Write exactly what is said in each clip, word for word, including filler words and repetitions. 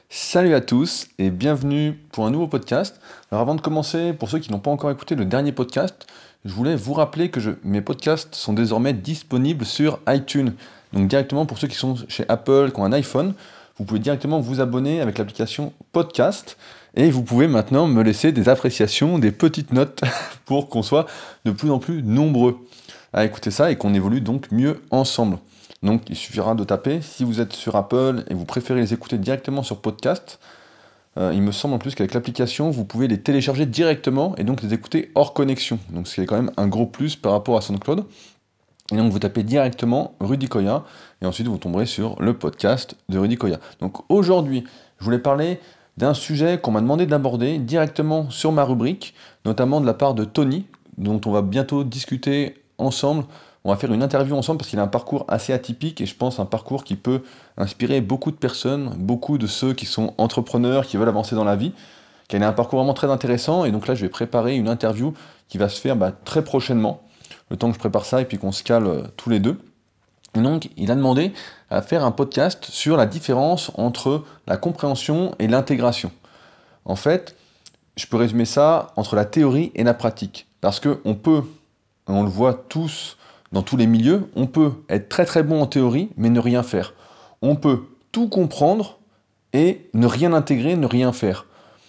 Salut à tous et bienvenue pour un nouveau podcast. Alors avant de commencer, pour ceux qui n'ont pas encore écouté le dernier podcast, je voulais vous rappeler que je- mes podcasts sont désormais disponibles sur iTunes. Donc directement pour ceux qui sont chez Apple, qui ont un iPhone, vous pouvez directement vous abonner avec l'application Podcast et vous pouvez maintenant me laisser des appréciations, des petites notes pour qu'on soit de plus en plus nombreux à écouter ça et qu'on évolue donc mieux ensemble. Donc il suffira de taper, si vous êtes sur Apple et vous préférez les écouter directement sur podcast, euh, il me semble en plus qu'avec l'application, vous pouvez les télécharger directement et donc les écouter hors connexion. Donc c'est quand même un gros plus par rapport à SoundCloud. Et donc vous tapez directement Rudy Koya et ensuite vous tomberez sur le podcast de Rudy Koya. Donc aujourd'hui, je voulais parler d'un sujet qu'on m'a demandé d'aborder directement sur ma rubrique, notamment de la part de Tony, dont on va bientôt discuter ensemble. On va faire une interview ensemble parce qu'il a un parcours assez atypique et je pense un parcours qui peut inspirer beaucoup de personnes, beaucoup de ceux qui sont entrepreneurs, qui veulent avancer dans la vie. Il a un parcours vraiment très intéressant et donc là je vais préparer une interview qui va se faire bah, très prochainement, le temps que je prépare ça et puis qu'on se cale euh, tous les deux. Et donc il a demandé à faire un podcast sur la différence entre la compréhension et l'intégration. En fait, je peux résumer ça entre la théorie et la pratique. Parce qu'on peut, on le voit tous dans tous les milieux, on peut être très très bon en théorie, mais ne rien faire. On peut tout comprendre et ne rien intégrer, ne rien faire.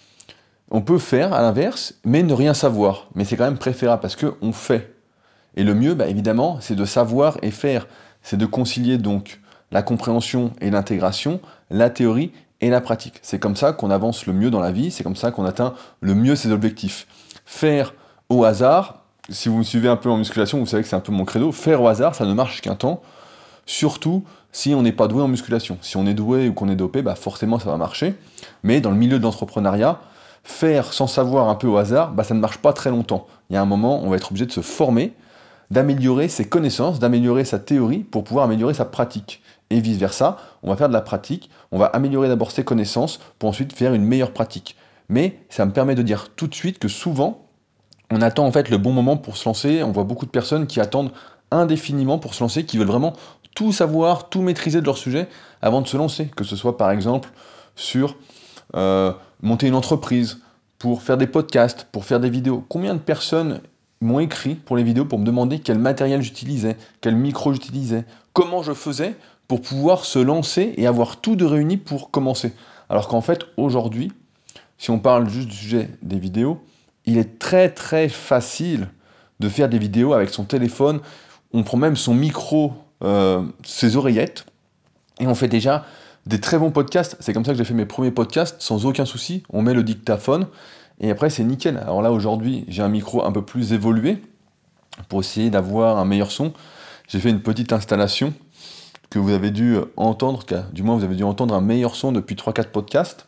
On peut faire à l'inverse, mais ne rien savoir. Mais c'est quand même préférable parce qu'on fait. Et le mieux, bah, évidemment, c'est de savoir et faire. C'est de concilier donc la compréhension et l'intégration, la théorie et la pratique. C'est comme ça qu'on avance le mieux dans la vie, c'est comme ça qu'on atteint le mieux ses objectifs. Faire au hasard, si vous me suivez un peu en musculation, vous savez que c'est un peu mon credo, faire au hasard, ça ne marche qu'un temps, surtout si on n'est pas doué en musculation. Si on est doué ou qu'on est dopé, bah forcément ça va marcher. Mais dans le milieu de l'entrepreneuriat, faire sans savoir un peu au hasard, bah ça ne marche pas très longtemps. Il y a un moment, on va être obligé de se former, d'améliorer ses connaissances, d'améliorer sa théorie pour pouvoir améliorer sa pratique. Et vice-versa, on va faire de la pratique, on va améliorer d'abord ses connaissances pour ensuite faire une meilleure pratique. Mais ça me permet de dire tout de suite que souvent, on attend en fait le bon moment pour se lancer. On voit beaucoup de personnes qui attendent indéfiniment pour se lancer, qui veulent vraiment tout savoir, tout maîtriser de leur sujet avant de se lancer. Que ce soit par exemple sur euh, monter une entreprise, pour faire des podcasts, pour faire des vidéos. Combien de personnes m'ont écrit pour les vidéos pour me demander quel matériel j'utilisais, quel micro j'utilisais, comment je faisais pour pouvoir se lancer et avoir tout de réuni pour commencer. Alors qu'en fait, aujourd'hui, si on parle juste du sujet des vidéos, il est très très facile de faire des vidéos avec son téléphone. On prend même son micro, euh, ses oreillettes, et on fait déjà des très bons podcasts. C'est comme ça que j'ai fait mes premiers podcasts, sans aucun souci. On met le dictaphone, et après c'est nickel. Alors là aujourd'hui, j'ai un micro un peu plus évolué, pour essayer d'avoir un meilleur son. J'ai fait une petite installation que vous avez dû entendre, car du moins vous avez dû entendre un meilleur son depuis trois quatre podcasts.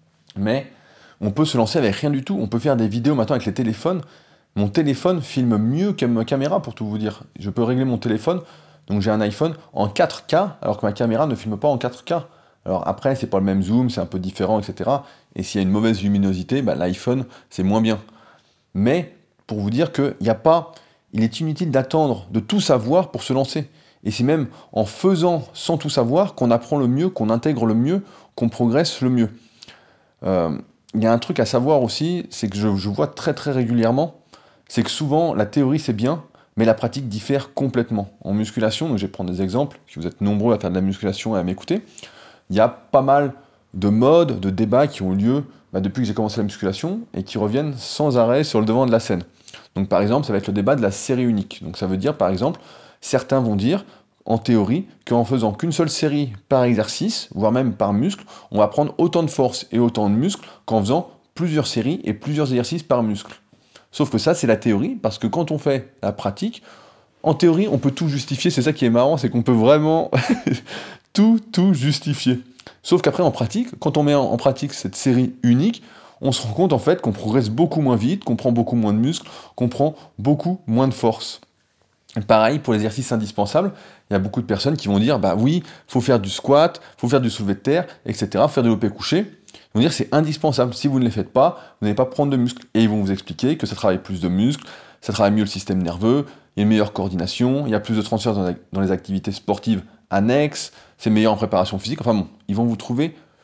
Mais on peut se lancer avec rien du tout. On peut faire des vidéos maintenant avec les téléphones. Mon téléphone filme mieux que ma caméra, pour tout vous dire. Je peux régler mon téléphone, donc j'ai un iPhone, en quatre K, alors que ma caméra ne filme pas en quatre K. Alors après, c'est pas le même zoom, c'est un peu différent, et cetera. Et s'il y a une mauvaise luminosité, bah, l'iPhone, c'est moins bien. Mais, pour vous dire qu'il n'y a pas... Il est inutile d'attendre de tout savoir pour se lancer. Et c'est même en faisant sans tout savoir qu'on apprend le mieux, qu'on intègre le mieux, qu'on progresse le mieux. Euh, Il y a un truc à savoir aussi, c'est que je, je vois très très régulièrement, c'est que souvent la théorie c'est bien, mais la pratique diffère complètement. En musculation, donc je vais prendre des exemples, si vous êtes nombreux à faire de la musculation et à m'écouter, il y a pas mal de modes, de débats qui ont eu lieu bah, depuis que j'ai commencé la musculation et qui reviennent sans arrêt sur le devant de la scène. Donc par exemple, ça va être le débat de la série unique. Donc ça veut dire par exemple, certains vont dire en théorie qu'en faisant qu'une seule série par exercice, voire même par muscle, on va prendre autant de force et autant de muscle qu'en faisant plusieurs séries et plusieurs exercices par muscle. Sauf que ça, c'est la théorie, parce que quand on fait la pratique, en théorie, on peut tout justifier. C'est ça qui est marrant, c'est qu'on peut vraiment tout, tout justifier. Sauf qu'après, en pratique, quand on met en pratique cette série unique, on se rend compte en fait qu'on progresse beaucoup moins vite, qu'on prend beaucoup moins de muscles, qu'on prend beaucoup moins de force. Pareil, pour les exercices indispensables, il y a beaucoup de personnes qui vont dire, bah oui, il faut faire du squat, il faut faire du soulevé de terre, et cetera, faire du développé couché. Ils vont dire c'est indispensable. Si vous ne les faites pas, vous n'allez pas prendre de muscles. Et ils vont vous expliquer que ça travaille plus de muscles, ça travaille mieux le système nerveux, il y a une meilleure coordination, il y a plus de transfert dans, dans les activités sportives annexes, c'est meilleur en préparation physique. Enfin bon, ils vont vous trouver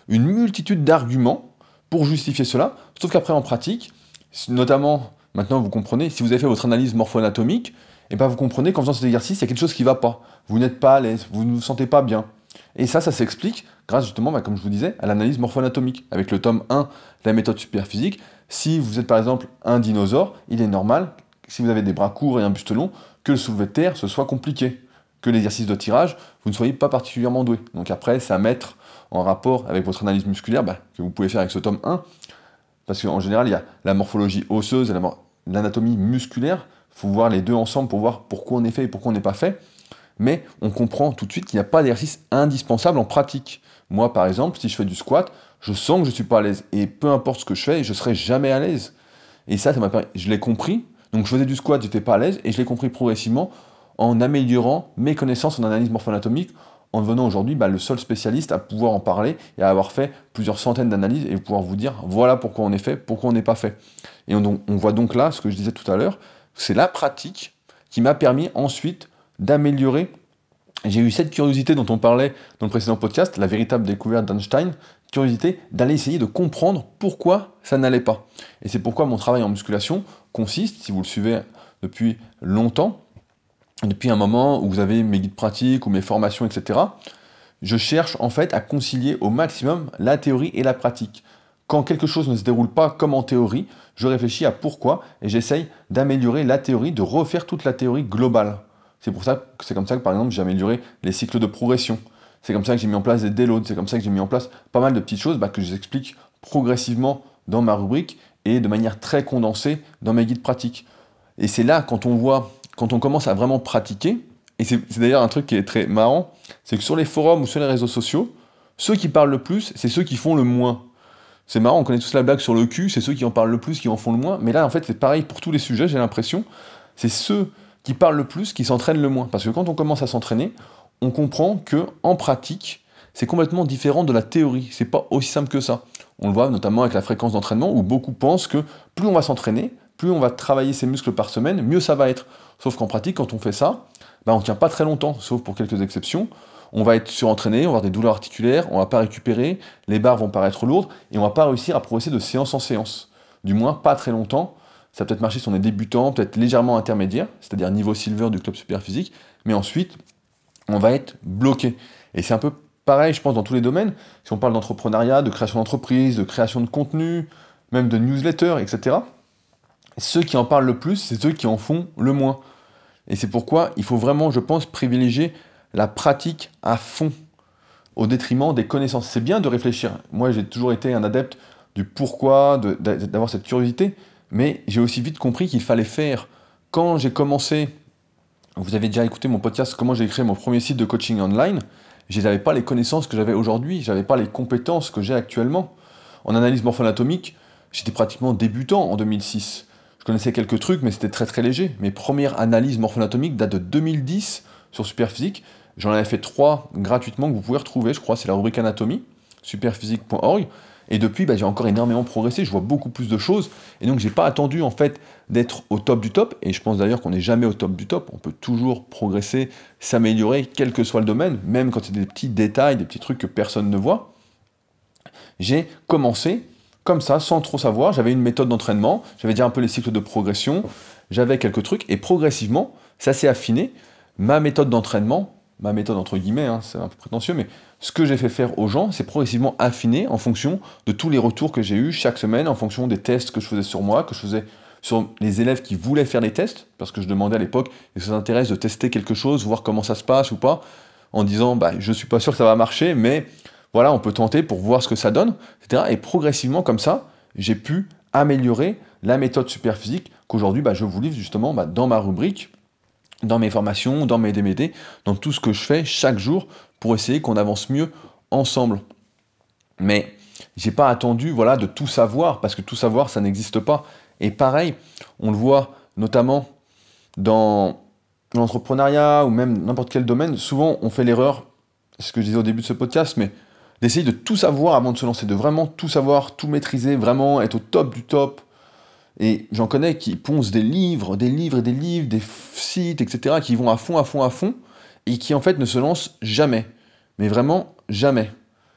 une multitude d'arguments pour justifier cela, sauf qu'après en pratique, notamment, maintenant vous comprenez, si vous avez fait votre analyse morpho-anatomique, et ben vous comprenez qu'en faisant cet exercice, il y a quelque chose qui ne va pas. Vous n'êtes pas à l'aise, vous ne vous sentez pas bien. Et ça, ça s'explique grâce justement, bah, comme je vous disais, à l'analyse morpho-anatomique. Avec le tome un de la méthode Superphysique, si vous êtes par exemple un dinosaure, il est normal, si vous avez des bras courts et un buste long, que le soulevé de terre, ce soit compliqué. Que l'exercice de tirage, vous ne soyez pas particulièrement doué. Donc après, c'est à mettre en rapport avec votre analyse musculaire, bah, que vous pouvez faire avec ce tome un, parce qu'en général, il y a la morphologie osseuse et l'anatomie musculaire. Il faut voir les deux ensemble pour voir pourquoi on est fait et pourquoi on n'est pas fait. Mais on comprend tout de suite qu'il n'y a pas d'exercice indispensable en pratique. Moi, par exemple, si je fais du squat, je sens que je ne suis pas à l'aise. Et peu importe ce que je fais, je ne serai jamais à l'aise. Et ça, ça m'a permis, je l'ai compris. Donc je faisais du squat, je n'étais pas à l'aise. Et je l'ai compris progressivement en améliorant mes connaissances en analyse morpho-anatomique, en devenant aujourd'hui bah, le seul spécialiste à pouvoir en parler et à avoir fait plusieurs centaines d'analyses et pouvoir vous dire voilà pourquoi on est fait, pourquoi on n'est pas fait. Et on, on voit donc là, ce que je disais tout à l'heure, c'est la pratique qui m'a permis ensuite d'améliorer. J'ai eu cette curiosité dont on parlait dans le précédent podcast, la véritable découverte d'Einstein, curiosité d'aller essayer de comprendre pourquoi ça n'allait pas. Et c'est pourquoi mon travail en musculation consiste, si vous le suivez depuis longtemps, depuis un moment où vous avez mes guides pratiques ou mes formations, et cetera, je cherche en fait à concilier au maximum la théorie et la pratique. Quand quelque chose ne se déroule pas comme en théorie, je réfléchis à pourquoi et j'essaye d'améliorer la théorie, de refaire toute la théorie globale. C'est pour ça que c'est comme ça que par exemple j'ai amélioré les cycles de progression. C'est comme ça que j'ai mis en place des déloads, c'est comme ça que j'ai mis en place pas mal de petites choses bah, que je vous explique progressivement dans ma rubrique et de manière très condensée dans mes guides pratiques. Et c'est là quand on voit, quand on commence à vraiment pratiquer, et c'est, c'est d'ailleurs un truc qui est très marrant, c'est que sur les forums ou sur les réseaux sociaux, ceux qui parlent le plus, c'est ceux qui font le moins. C'est marrant, on connaît tous la blague sur le cul, c'est ceux qui en parlent le plus qui en font le moins, mais là en fait c'est pareil pour tous les sujets, j'ai l'impression, c'est ceux qui parlent le plus qui s'entraînent le moins. Parce que quand on commence à s'entraîner, on comprend que en pratique, c'est complètement différent de la théorie, c'est pas aussi simple que ça. On le voit notamment avec la fréquence d'entraînement, où beaucoup pensent que plus on va s'entraîner, plus on va travailler ses muscles par semaine, mieux ça va être. Sauf qu'en pratique, quand on fait ça, bah on ne tient pas très longtemps, sauf pour quelques exceptions. On va être surentraîné, on va avoir des douleurs articulaires, on va pas récupérer, les barres vont paraître lourdes, et on va pas réussir à progresser de séance en séance. Du moins, pas très longtemps. Ça peut être marcher si on est débutant, peut-être légèrement intermédiaire, c'est-à-dire niveau silver du club Superphysique, mais ensuite, on va être bloqué. Et c'est un peu pareil, je pense, dans tous les domaines. Si on parle d'entrepreneuriat, de création d'entreprise, de création de contenu, même de newsletter, et cetera, ceux qui en parlent le plus, c'est ceux qui en font le moins. Et c'est pourquoi il faut vraiment, je pense, privilégier la pratique à fond, au détriment des connaissances. C'est bien de réfléchir. Moi, j'ai toujours été un adepte du pourquoi, de, d'avoir cette curiosité, mais j'ai aussi vite compris qu'il fallait faire. Quand j'ai commencé, vous avez déjà écouté mon podcast, comment j'ai créé mon premier site de coaching online, je n'avais pas les connaissances que j'avais aujourd'hui, je n'avais pas les compétences que j'ai actuellement. En analyse morpho-anatomique, j'étais pratiquement débutant en deux mille six. Je connaissais quelques trucs, mais c'était très très léger. Mes premières analyses morpho-anatomiques datent de deux mille dix sur Superphysique. J'en avais fait trois gratuitement que vous pouvez retrouver, je crois, c'est la rubrique anatomie, superphysique point org. Et depuis, bah, j'ai encore énormément progressé, je vois beaucoup plus de choses. Et donc, j'ai pas attendu en fait d'être au top du top. Et je pense d'ailleurs qu'on n'est jamais au top du top. On peut toujours progresser, s'améliorer, quel que soit le domaine, même quand c'est des petits détails, des petits trucs que personne ne voit. J'ai commencé comme ça, sans trop savoir. J'avais une méthode d'entraînement, j'avais déjà un peu les cycles de progression, j'avais quelques trucs. Et progressivement, ça s'est affiné. Ma méthode d'entraînement, ma méthode entre guillemets, hein, c'est un peu prétentieux, mais ce que j'ai fait faire aux gens, c'est progressivement affiné en fonction de tous les retours que j'ai eus chaque semaine, en fonction des tests que je faisais sur moi, que je faisais sur les élèves qui voulaient faire les tests, parce que je demandais à l'époque, est-ce que ça t'intéresse de tester quelque chose, voir comment ça se passe ou pas, en disant, bah, je suis pas sûr que ça va marcher, mais voilà, on peut tenter pour voir ce que ça donne, et cetera. Et progressivement, comme ça, j'ai pu améliorer la méthode Superphysique qu'aujourd'hui, bah, je vous livre justement bah, dans ma rubrique, dans mes formations, dans mes D M D, dans tout ce que je fais chaque jour pour essayer qu'on avance mieux ensemble. Mais j'ai pas attendu voilà, de tout savoir, parce que tout savoir, ça n'existe pas. Et pareil, on le voit notamment dans l'entrepreneuriat ou même n'importe quel domaine, souvent on fait l'erreur, c'est ce que je disais au début de ce podcast, mais d'essayer de tout savoir avant de se lancer, de vraiment tout savoir, tout maîtriser, vraiment être au top du top. Et j'en connais qui poncent des livres, des livres et des livres, des sites, et cetera, qui vont à fond, à fond, à fond, et qui en fait ne se lancent jamais. Mais vraiment jamais.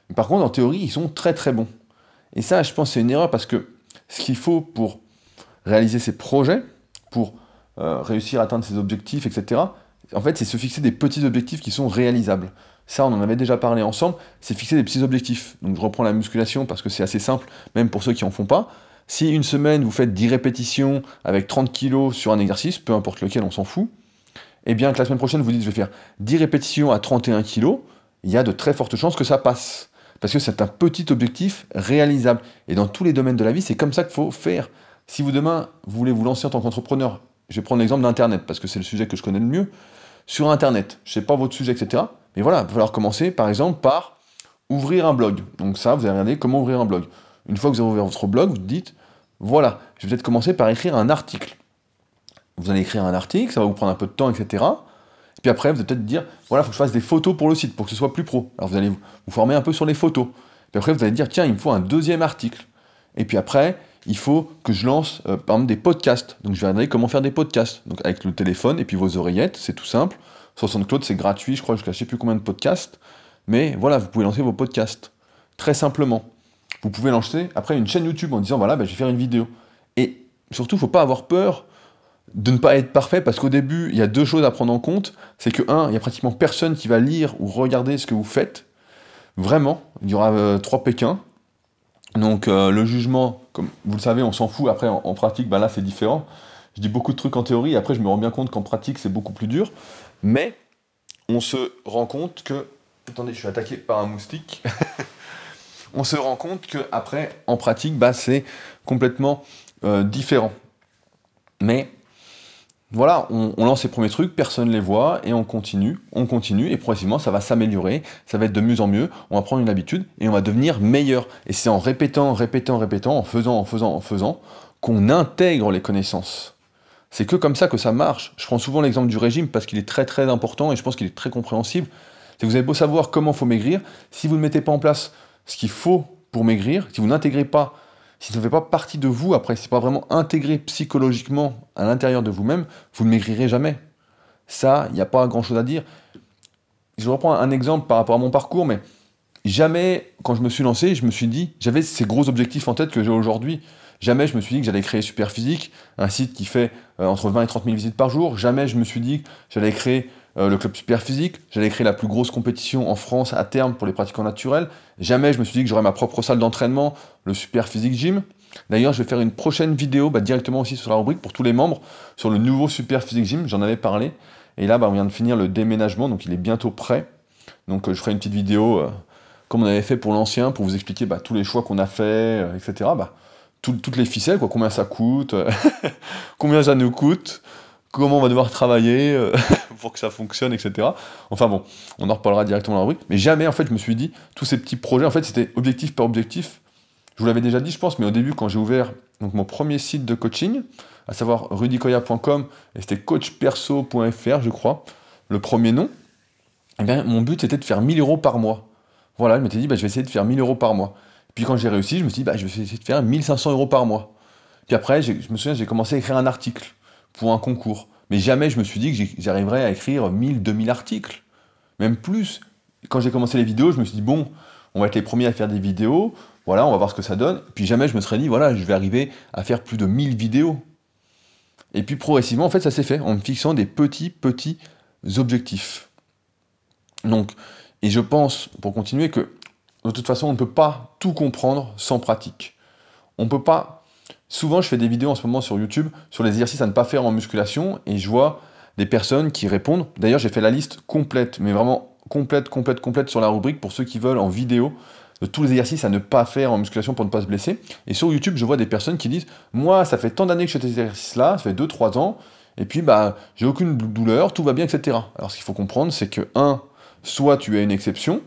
Mais par contre, en théorie, ils sont très très bons. Et ça, je pense, c'est une erreur parce que ce qu'il faut pour réaliser ses projets, pour euh, réussir à atteindre ses objectifs, et cetera, en fait, c'est se fixer des petits objectifs qui sont réalisables. Ça, on en avait déjà parlé ensemble, c'est fixer des petits objectifs. Donc je reprends la musculation parce que c'est assez simple, même pour ceux qui en font pas. Si une semaine, vous faites dix répétitions avec trente kilos sur un exercice, peu importe lequel, on s'en fout, et bien que la semaine prochaine, vous dites, je vais faire dix répétitions à trente et un kilos, il y a de très fortes chances que ça passe. Parce que c'est un petit objectif réalisable. Et dans tous les domaines de la vie, c'est comme ça qu'il faut faire. Si vous, demain, vous voulez vous lancer en tant qu'entrepreneur, je vais prendre l'exemple d'Internet, parce que c'est le sujet que je connais le mieux. Sur Internet, je ne sais pas votre sujet, et cetera. Mais voilà, il va falloir commencer, par exemple, par ouvrir un blog. Donc ça, vous allez regarder comment ouvrir un blog. Une fois que vous avez ouvert votre blog, vous dites, voilà, je vais peut-être commencer par écrire un article. Vous allez écrire un article, ça va vous prendre un peu de temps, et cetera. Et puis après, vous allez peut-être dire, voilà, il faut que je fasse des photos pour le site, pour que ce soit plus pro. Alors vous allez vous former un peu sur les photos. Puis après, vous allez dire, tiens, il me faut un deuxième article. Et puis après, il faut que je lance, euh, par exemple, des podcasts. Donc je vais regarder comment faire des podcasts. Donc avec le téléphone et puis vos oreillettes, c'est tout simple. Sur SoundCloud, c'est gratuit, je crois, jusqu'à je ne sais plus combien de podcasts. Mais voilà, vous pouvez lancer vos podcasts. Très simplement. Vous pouvez lancer, après, une chaîne YouTube en disant, voilà, bah, je vais faire une vidéo. Et surtout, il ne faut pas avoir peur de ne pas être parfait, parce qu'au début, il y a deux choses à prendre en compte. C'est que, un, il y a pratiquement personne qui va lire ou regarder ce que vous faites. Vraiment, il y aura euh, trois Pékins. Donc euh, le jugement, comme vous le savez, on s'en fout. Après, en, en pratique, bah là, c'est différent. Je dis beaucoup de trucs en théorie, et après, je me rends bien compte qu'en pratique, c'est beaucoup plus dur. Mais on se rend compte que... Attendez, je suis attaqué par un moustique. On se rend compte que après, en pratique, bah, c'est complètement euh, différent. Mais voilà, on, on lance ses premiers trucs, personne ne les voit, et on continue, on continue, et progressivement, ça va s'améliorer, ça va être de mieux en mieux, on va prendre une habitude, et on va devenir meilleur. Et c'est en répétant, répétant, répétant, en faisant, en faisant, en faisant, qu'on intègre les connaissances. C'est que comme ça que ça marche. Je prends souvent l'exemple du régime, parce qu'il est très très important, et je pense qu'il est très compréhensible. C'est que vous avez beau savoir comment il faut maigrir, si vous ne mettez pas en place ce qu'il faut pour maigrir, si vous n'intégrez pas, si ça ne fait pas partie de vous, après, si c'est pas vraiment intégré psychologiquement à l'intérieur de vous-même, vous ne maigrirez jamais. Ça, il n'y a pas grand-chose à dire. Je reprends un exemple par rapport à mon parcours, mais jamais, quand je me suis lancé, je me suis dit, j'avais ces gros objectifs en tête que j'ai aujourd'hui. Jamais je me suis dit que j'allais créer Superphysique, un site qui fait euh, entre vingt et trente mille visites par jour. Jamais je me suis dit que j'allais créer euh, le club Superphysique, j'allais créer la plus grosse compétition en France à terme pour les pratiquants naturels. Jamais je me suis dit que j'aurais ma propre salle d'entraînement, le Superphysique Gym. D'ailleurs, je vais faire une prochaine vidéo bah, directement aussi sur la rubrique pour tous les membres sur le nouveau Superphysique Gym, j'en avais parlé. Et là, bah, on vient de finir le déménagement, donc il est bientôt prêt. Donc euh, je ferai une petite vidéo euh, comme on avait fait pour l'ancien, pour vous expliquer bah, tous les choix qu'on a fait, euh, et cetera. Bah, tout- toutes les ficelles, quoi, combien ça coûte, euh, combien ça nous coûte, comment on va devoir travailler euh, pour que ça fonctionne, et cetera. Enfin bon, on en reparlera directement dans la rubrique. Mais jamais, en fait, je me suis dit, tous ces petits projets, en fait, c'était objectif par objectif. Je vous l'avais déjà dit, je pense, mais au début, quand j'ai ouvert donc, mon premier site de coaching, à savoir rudicoya point com, et c'était coach perso point f r, je crois, le premier nom, eh bien, mon but, c'était de faire mille euros par mois. Voilà, je m'étais dit, bah, je vais essayer de faire mille euros par mois. Puis quand j'ai réussi, je me suis dit, bah, je vais essayer de faire mille cinq cents euros par mois. Puis après, j'ai- je me souviens, j'ai commencé à écrire un article pour un concours. Mais jamais je me suis dit que j'y- j'arriverais à écrire mille, deux mille articles. Même plus. Quand j'ai commencé les vidéos, je me suis dit, bon, on va être les premiers à faire des vidéos, voilà, on va voir ce que ça donne. Puis jamais je me serais dit, voilà, je vais arriver à faire plus de mille vidéos. Et puis progressivement, en fait, ça s'est fait en me fixant des petits, petits objectifs. Donc, et je pense, pour continuer, que de toute façon, on ne peut pas tout comprendre sans pratique. On ne peut pas. Souvent, je fais des vidéos en ce moment sur YouTube sur les exercices à ne pas faire en musculation et je vois des personnes qui répondent. D'ailleurs, j'ai fait la liste complète, mais vraiment complète, complète, complète sur la rubrique pour ceux qui veulent en vidéo de tous les exercices à ne pas faire en musculation pour ne pas se blesser. Et sur YouTube, je vois des personnes qui disent, moi, ça fait tant d'années que je fais ces exercices-là, ça fait deux trois ans, et puis bah, j'ai aucune douleur, tout va bien, et cetera. Alors, ce qu'il faut comprendre, c'est que, un, soit tu as une exception,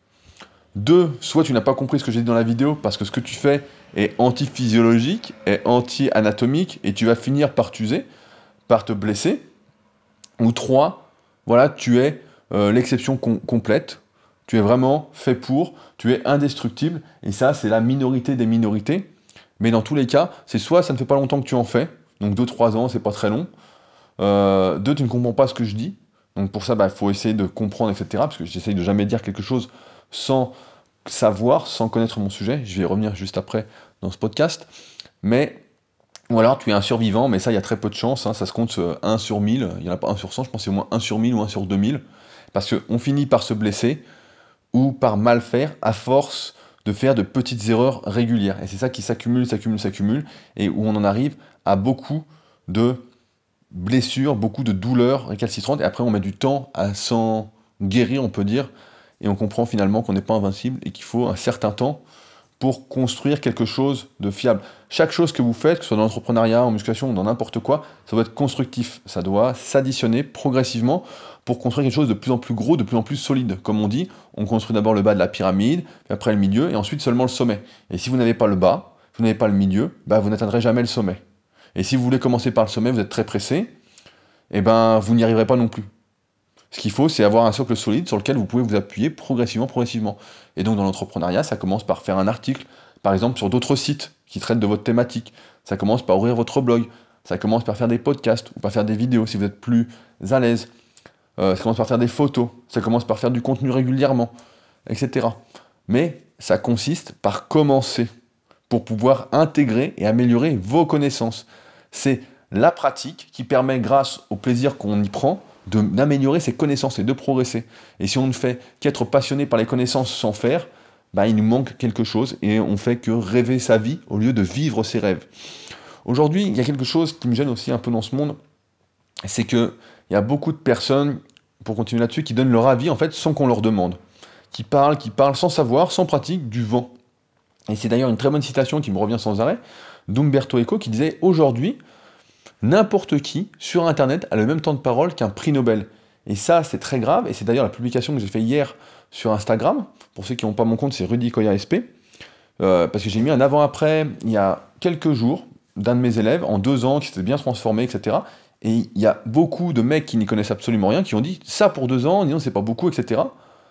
deux, soit tu n'as pas compris ce que j'ai dit dans la vidéo, parce que ce que tu fais est anti-physiologique, est anti-anatomique, et tu vas finir par t'user, par te blesser. Ou trois, voilà, tu es euh, l'exception com- complète, tu es vraiment fait pour, tu es indestructible, et ça, c'est la minorité des minorités. Mais dans tous les cas, c'est soit ça ne fait pas longtemps que tu en fais, donc deux trois ans, c'est pas très long. Euh, deux, tu ne comprends pas ce que je dis, donc pour ça, il bah, faut essayer de comprendre, et cetera, parce que j'essaye de jamais dire quelque chose sans savoir sans connaître mon sujet, je vais y revenir juste après dans ce podcast, mais ou alors tu es un survivant, mais ça il y a très peu de chance, hein, ça se compte euh, un sur mille, il n'y en a pas un sur cent, je pense que c'est au moins un sur mille ou un sur deux mille, parce qu'on finit par se blesser ou par mal faire à force de faire de petites erreurs régulières. Et c'est ça qui s'accumule, s'accumule, s'accumule, et où on en arrive à beaucoup de blessures, beaucoup de douleurs récalcitrantes, et après on met du temps à s'en guérir, on peut dire, et on comprend finalement qu'on n'est pas invincible et qu'il faut un certain temps pour construire quelque chose de fiable. Chaque chose que vous faites, que ce soit dans l'entrepreneuriat, en musculation ou dans n'importe quoi, ça doit être constructif, ça doit s'additionner progressivement pour construire quelque chose de plus en plus gros, de plus en plus solide. Comme on dit, on construit d'abord le bas de la pyramide, puis après le milieu, et ensuite seulement le sommet. Et si vous n'avez pas le bas, vous n'avez pas le milieu, bah vous n'atteindrez jamais le sommet. Et si vous voulez commencer par le sommet, vous êtes très pressé, et ben vous n'y arriverez pas non plus. Ce qu'il faut, c'est avoir un socle solide sur lequel vous pouvez vous appuyer progressivement, progressivement. Et donc dans l'entrepreneuriat, ça commence par faire un article, par exemple sur d'autres sites qui traitent de votre thématique. Ça commence par ouvrir votre blog. Ça commence par faire des podcasts ou par faire des vidéos si vous êtes plus à l'aise. Euh, ça commence par faire des photos. Ça commence par faire du contenu régulièrement, et cetera. Mais ça consiste par commencer pour pouvoir intégrer et améliorer vos connaissances. C'est la pratique qui permet, grâce au plaisir qu'on y prend, de, d'améliorer ses connaissances et de progresser. Et si on ne fait qu'être passionné par les connaissances sans faire, bah, il nous manque quelque chose et on fait que rêver sa vie au lieu de vivre ses rêves. Aujourd'hui, il y a quelque chose qui me gêne aussi un peu dans ce monde, c'est qu'il y a beaucoup de personnes, pour continuer là-dessus, qui donnent leur avis en fait sans qu'on leur demande. Qui parlent, qui parlent sans savoir, sans pratique, du vent. Et c'est d'ailleurs une très bonne citation qui me revient sans arrêt, d'Umberto Eco qui disait « Aujourd'hui, n'importe qui, sur Internet, a le même temps de parole qu'un prix Nobel. » Et ça, c'est très grave, et c'est d'ailleurs la publication que j'ai fait hier sur Instagram. Pour ceux qui n'ont pas mon compte, c'est Rudy Koya S P. Euh, parce que j'ai mis un avant-après, il y a quelques jours, d'un de mes élèves, en deux ans, qui s'était bien transformé, et cetera. Et il y a beaucoup de mecs qui n'y connaissent absolument rien, qui ont dit « ça pour deux ans, disons, c'est pas beaucoup, et cetera »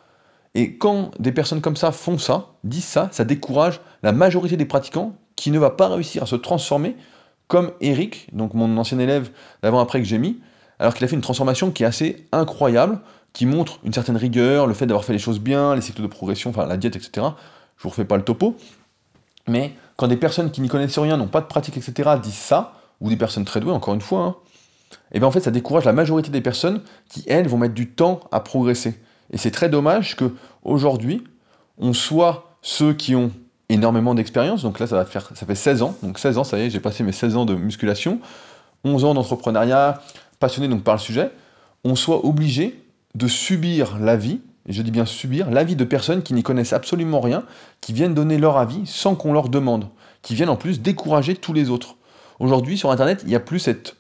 Et quand des personnes comme ça font ça, disent ça, ça décourage la majorité des pratiquants qui ne va pas réussir à se transformer comme Eric, donc mon ancien élève d'avant-après que j'ai mis, alors qu'il a fait une transformation qui est assez incroyable, qui montre une certaine rigueur, le fait d'avoir fait les choses bien, les cycles de progression, enfin la diète, et cetera. Je vous refais pas le topo. Mais quand des personnes qui n'y connaissent rien, n'ont pas de pratique, et cetera, disent ça, ou des personnes très douées, encore une fois, hein, et bien en fait ça décourage la majorité des personnes qui, elles, vont mettre du temps à progresser. Et c'est très dommage qu'aujourd'hui, on soit ceux qui ont énormément d'expérience, donc là ça va faire, ça fait seize ans, donc seize ans, ça y est, j'ai passé mes seize ans de musculation, onze ans d'entrepreneuriat, passionné donc par le sujet, on soit obligé de subir la vie, et je dis bien subir, l'avis de personnes qui n'y connaissent absolument rien, qui viennent donner leur avis sans qu'on leur demande, qui viennent en plus décourager tous les autres. Aujourd'hui, sur Internet, il n'y a plus cette,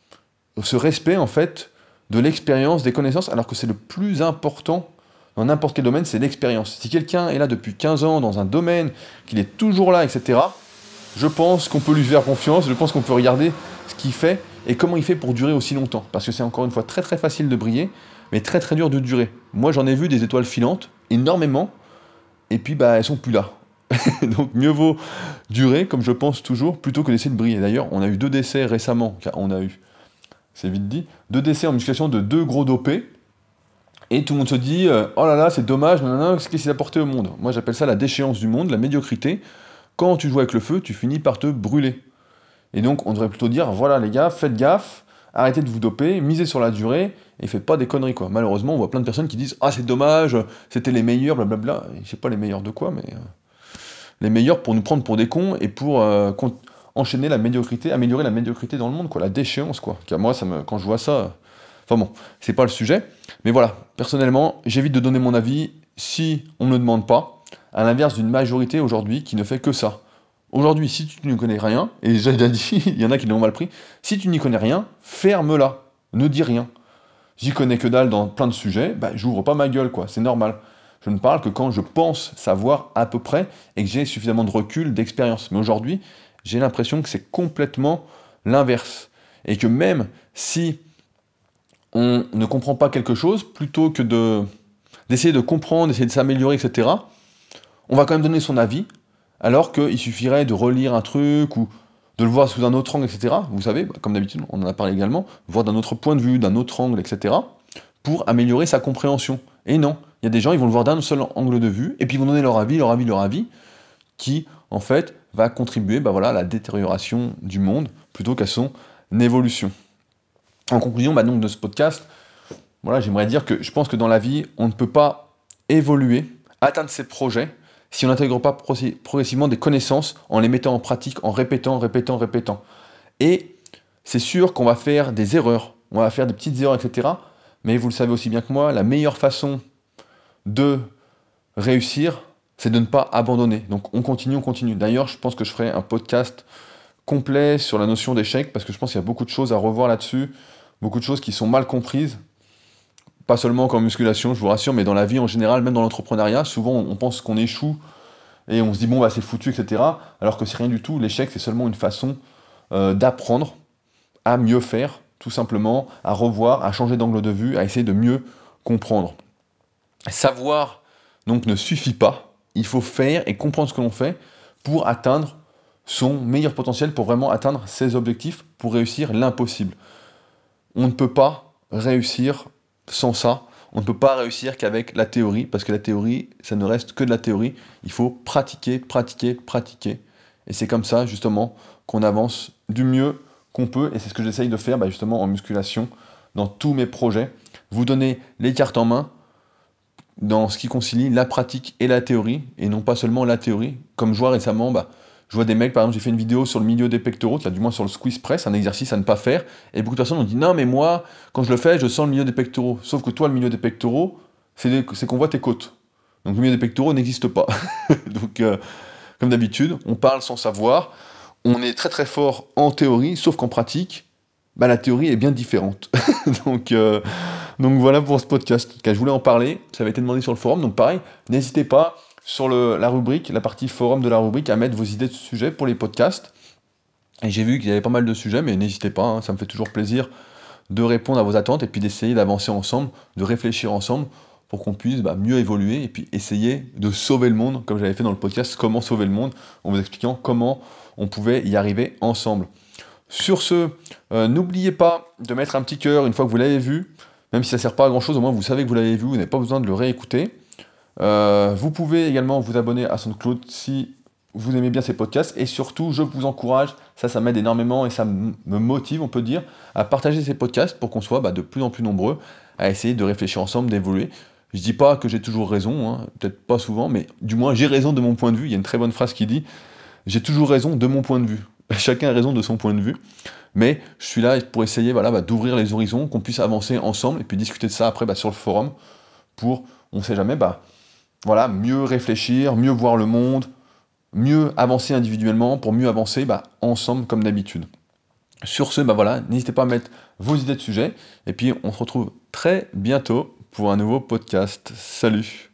ce respect, en fait, de l'expérience, des connaissances, alors que c'est le plus important dans n'importe quel domaine, c'est l'expérience. Si quelqu'un est là depuis quinze ans dans un domaine, qu'il est toujours là, et cetera, je pense qu'on peut lui faire confiance, je pense qu'on peut regarder ce qu'il fait et comment il fait pour durer aussi longtemps. Parce que c'est encore une fois très très facile de briller, mais très très dur de durer. Moi j'en ai vu des étoiles filantes, énormément, et puis bah elles sont plus là. Donc mieux vaut durer, comme je pense toujours, plutôt que d'essayer de briller. D'ailleurs, on a eu deux décès récemment, car on a eu, c'est vite dit, deux décès en musculation de deux gros dopés, et tout le monde se dit euh, « Oh là là, c'est dommage, nanana, qu'est-ce qu'il s'est apporté au monde ?» Moi j'appelle ça la déchéance du monde, la médiocrité. Quand tu joues avec le feu, tu finis par te brûler. Et donc on devrait plutôt dire « Voilà les gars, faites gaffe, arrêtez de vous doper, misez sur la durée, et faites pas des conneries quoi. » Malheureusement, on voit plein de personnes qui disent « Ah c'est dommage, c'était les meilleurs, blablabla. » Je sais pas les meilleurs de quoi, mais... Euh, les meilleurs pour nous prendre pour des cons et pour euh, enchaîner la médiocrité, améliorer la médiocrité dans le monde, quoi, la déchéance, quoi. Car moi, ça me, quand je vois ça... Enfin bon, c'est pas le sujet. Mais voilà, personnellement, j'évite de donner mon avis si on ne me demande pas, à l'inverse d'une majorité aujourd'hui qui ne fait que ça. Aujourd'hui, si tu ne connais rien, et j'ai déjà dit, il y en a qui l'ont mal pris, si tu n'y connais rien, ferme-la, ne dis rien. J'y connais que dalle dans plein de sujets, bah j'ouvre pas ma gueule, quoi, c'est normal. Je ne parle que quand je pense savoir à peu près et que j'ai suffisamment de recul, d'expérience. Mais aujourd'hui, j'ai l'impression que c'est complètement l'inverse. Et que même si on ne comprend pas quelque chose, plutôt que de, d'essayer de comprendre, d'essayer de s'améliorer, et cetera, on va quand même donner son avis, alors qu'il suffirait de relire un truc ou de le voir sous un autre angle, et cetera. Vous savez, comme d'habitude, on en a parlé également, voir d'un autre point de vue, d'un autre angle, et cetera, pour améliorer sa compréhension. Et non, il y a des gens, ils vont le voir d'un seul angle de vue, et puis ils vont donner leur avis, leur avis, leur avis, qui, en fait, va contribuer bah voilà, à la détérioration du monde, plutôt qu'à son évolution. En conclusion bah donc, de ce podcast, voilà, j'aimerais dire que je pense que dans la vie, on ne peut pas évoluer, atteindre ses projets, si on n'intègre pas progressivement des connaissances en les mettant en pratique, en répétant, répétant, répétant. Et c'est sûr qu'on va faire des erreurs, on va faire des petites erreurs, et cetera. Mais vous le savez aussi bien que moi, la meilleure façon de réussir, c'est de ne pas abandonner. Donc on continue, on continue. D'ailleurs, je pense que je ferai un podcast complet sur la notion d'échec, parce que je pense qu'il y a beaucoup de choses à revoir là-dessus, beaucoup de choses qui sont mal comprises, pas seulement qu'en musculation, je vous rassure, mais dans la vie en général, même dans l'entrepreneuriat, souvent on pense qu'on échoue, et on se dit bon bah c'est foutu, et cetera. Alors que c'est rien du tout, l'échec c'est seulement une façon euh, d'apprendre à mieux faire, tout simplement, à revoir, à changer d'angle de vue, à essayer de mieux comprendre. Savoir donc ne suffit pas, il faut faire et comprendre ce que l'on fait pour atteindre son meilleur potentiel, pour vraiment atteindre ses objectifs, pour réussir l'impossible. On ne peut pas réussir sans ça, on ne peut pas réussir qu'avec la théorie, parce que la théorie, ça ne reste que de la théorie, il faut pratiquer, pratiquer, pratiquer, et c'est comme ça justement qu'on avance du mieux qu'on peut, et c'est ce que j'essaye de faire bah, justement en musculation, dans tous mes projets, vous donner les cartes en main, dans ce qui concilie la pratique et la théorie, et non pas seulement la théorie. Comme je vois récemment, bah, je vois des mecs, par exemple, j'ai fait une vidéo sur le milieu des pectoraux, là, du moins sur le squeeze press, un exercice à ne pas faire, et beaucoup de personnes ont dit non mais moi, quand je le fais, je sens le milieu des pectoraux. Sauf que toi, le milieu des pectoraux, c'est, c'est qu'on voit tes côtes. Donc le milieu des pectoraux n'existe pas. Donc euh, comme d'habitude, on parle sans savoir, on est très très fort en théorie, sauf qu'en pratique, bah, la théorie est bien différente. donc, euh, donc voilà pour ce podcast. Je voulais en parler, ça avait été demandé sur le forum, donc pareil, n'hésitez pas sur le, la rubrique, la partie forum de la rubrique, à mettre vos idées de sujets pour les podcasts. Et j'ai vu qu'il y avait pas mal de sujets, mais n'hésitez pas, hein, ça me fait toujours plaisir de répondre à vos attentes et puis d'essayer d'avancer ensemble, de réfléchir ensemble pour qu'on puisse bah, mieux évoluer et puis essayer de sauver le monde, comme j'avais fait dans le podcast Comment sauver le monde, en vous expliquant comment on pouvait y arriver ensemble. Sur ce, euh, n'oubliez pas de mettre un petit cœur une fois que vous l'avez vu, même si ça ne sert pas à grand chose, au moins vous savez que vous l'avez vu, vous n'avez pas besoin de le réécouter. Euh, vous pouvez également vous abonner à SoundCloud si vous aimez bien ces podcasts, et surtout je vous encourage, ça ça m'aide énormément et ça m- me motive on peut dire, à partager ces podcasts pour qu'on soit bah, de plus en plus nombreux à essayer de réfléchir ensemble, d'évoluer. Je dis pas que j'ai toujours raison, hein, peut-être pas souvent, mais du moins j'ai raison de mon point de vue. Il y a une très bonne phrase qui dit « J'ai toujours raison de mon point de vue ». Chacun a raison de son point de vue, mais je suis là pour essayer voilà, bah, d'ouvrir les horizons, qu'on puisse avancer ensemble et puis discuter de ça après bah, sur le forum pour, on sait jamais, bah, voilà, mieux réfléchir, mieux voir le monde, mieux avancer individuellement pour mieux avancer bah, ensemble comme d'habitude. Sur ce, bah voilà, n'hésitez pas à mettre vos idées de sujet et puis on se retrouve très bientôt pour un nouveau podcast. Salut!